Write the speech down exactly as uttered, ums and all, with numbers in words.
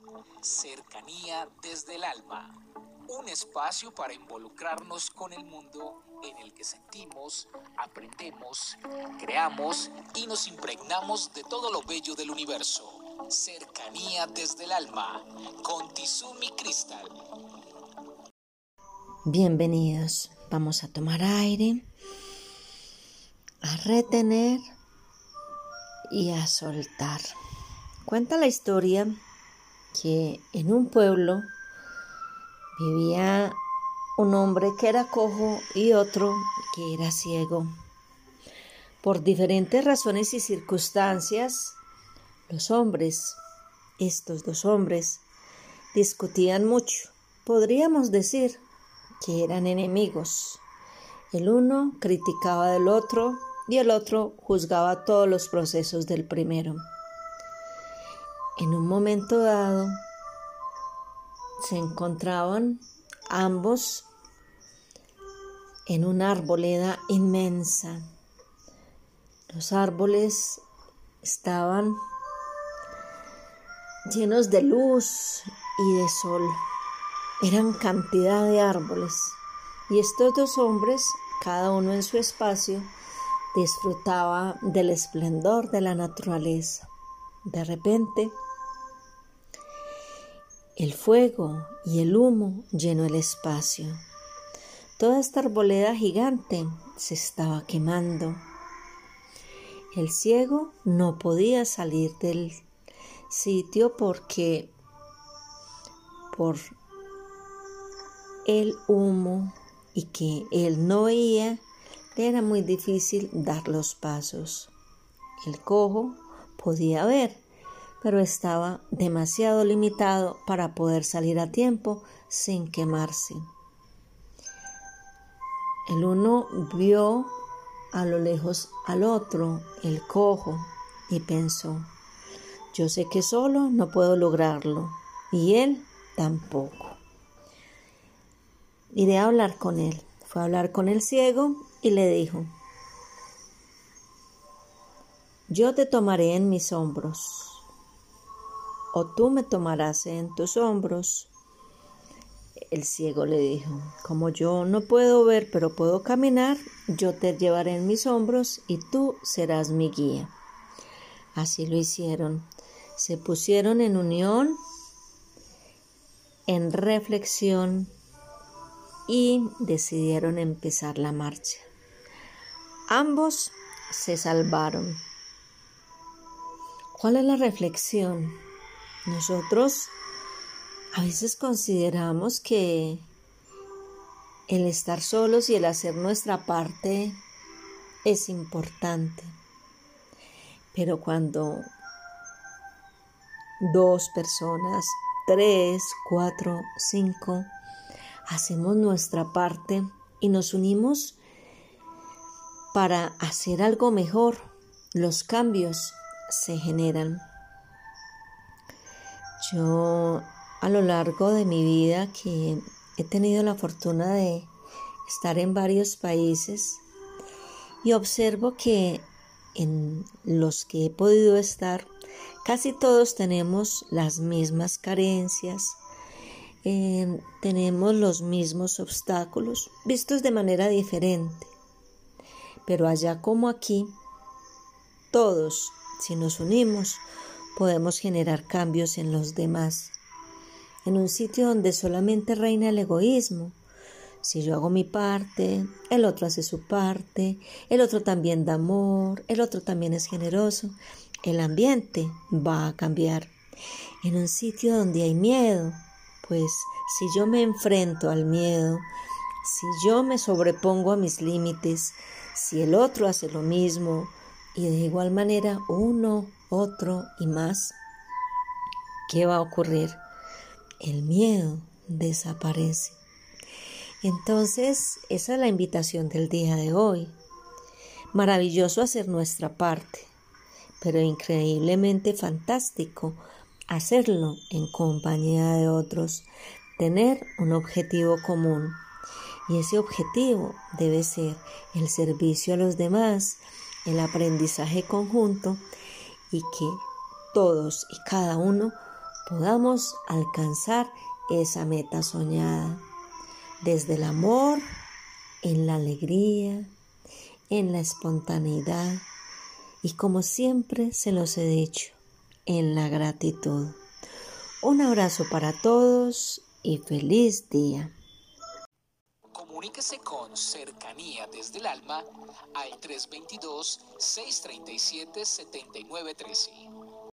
Cercanía desde el alma. Un espacio para involucrarnos con el mundo en el que sentimos, aprendemos, creamos y nos impregnamos de todo lo bello del universo. Cercanía desde el alma, con Tizumi Crystal. Bienvenidos. Vamos a tomar aire, a retener y a soltar. Cuenta la historia que en un pueblo vivía un hombre que era cojo y otro que era ciego. Por diferentes razones y circunstancias, los hombres, estos dos hombres, discutían mucho. Podríamos decir que eran enemigos. El uno criticaba del otro y el otro juzgaba todos los procesos del primero. En un momento dado, se encontraban ambos en una arboleda inmensa. Los árboles estaban llenos de luz y de sol. Eran cantidad de árboles. Y estos dos hombres, cada uno en su espacio, disfrutaba del esplendor de la naturaleza. De repente, el fuego y el humo llenó el espacio. Toda esta arboleda gigante se estaba quemando. El ciego no podía salir del sitio porque por el humo y que él no veía, le era muy difícil dar los pasos. El cojo podía ver, pero estaba demasiado limitado para poder salir a tiempo sin quemarse. El uno vio a lo lejos al otro, el cojo, y pensó: yo sé que solo no puedo lograrlo, y él tampoco. Iré a hablar con él. Fue a hablar con el ciego y le dijo: yo te tomaré en mis hombros, o tú me tomarás en tus hombros. El ciego le dijo: como yo no puedo ver, pero puedo caminar, yo te llevaré en mis hombros y tú serás mi guía. Así lo hicieron. Se pusieron en unión, en reflexión, y decidieron empezar la marcha. Ambos se salvaron. ¿Cuál es la reflexión? Nosotros a veces consideramos que el estar solos y el hacer nuestra parte es importante. Pero cuando dos personas, tres, cuatro, cinco, hacemos nuestra parte y nos unimos para hacer algo mejor, los cambios se generan. Yo, a lo largo de mi vida, que he tenido la fortuna de estar en varios países, y observo que en los que he podido estar, casi todos tenemos las mismas carencias, eh, tenemos los mismos obstáculos, vistos de manera diferente. Pero allá como aquí, todos, si nos unimos, podemos generar cambios en los demás. En un sitio donde solamente reina el egoísmo, si yo hago mi parte, el otro hace su parte, el otro también da amor, el otro también es generoso, el ambiente va a cambiar. En un sitio donde hay miedo, pues si yo me enfrento al miedo, si yo me sobrepongo a mis límites, si el otro hace lo mismo, y de igual manera uno, otro y más, ¿qué va a ocurrir? El miedo desaparece. Entonces, esa es la invitación del día de hoy. Maravilloso hacer nuestra parte, pero increíblemente fantástico hacerlo en compañía de otros, tener un objetivo común. Y ese objetivo debe ser el servicio a los demás, el aprendizaje conjunto, y que todos y cada uno podamos alcanzar esa meta soñada, desde el amor, en la alegría, en la espontaneidad y, como siempre se los he dicho, en la gratitud. Un abrazo para todos y feliz día. Comuníquese con Cercanía desde el Alma al tres dos dos, seis tres siete, siete nueve uno tres.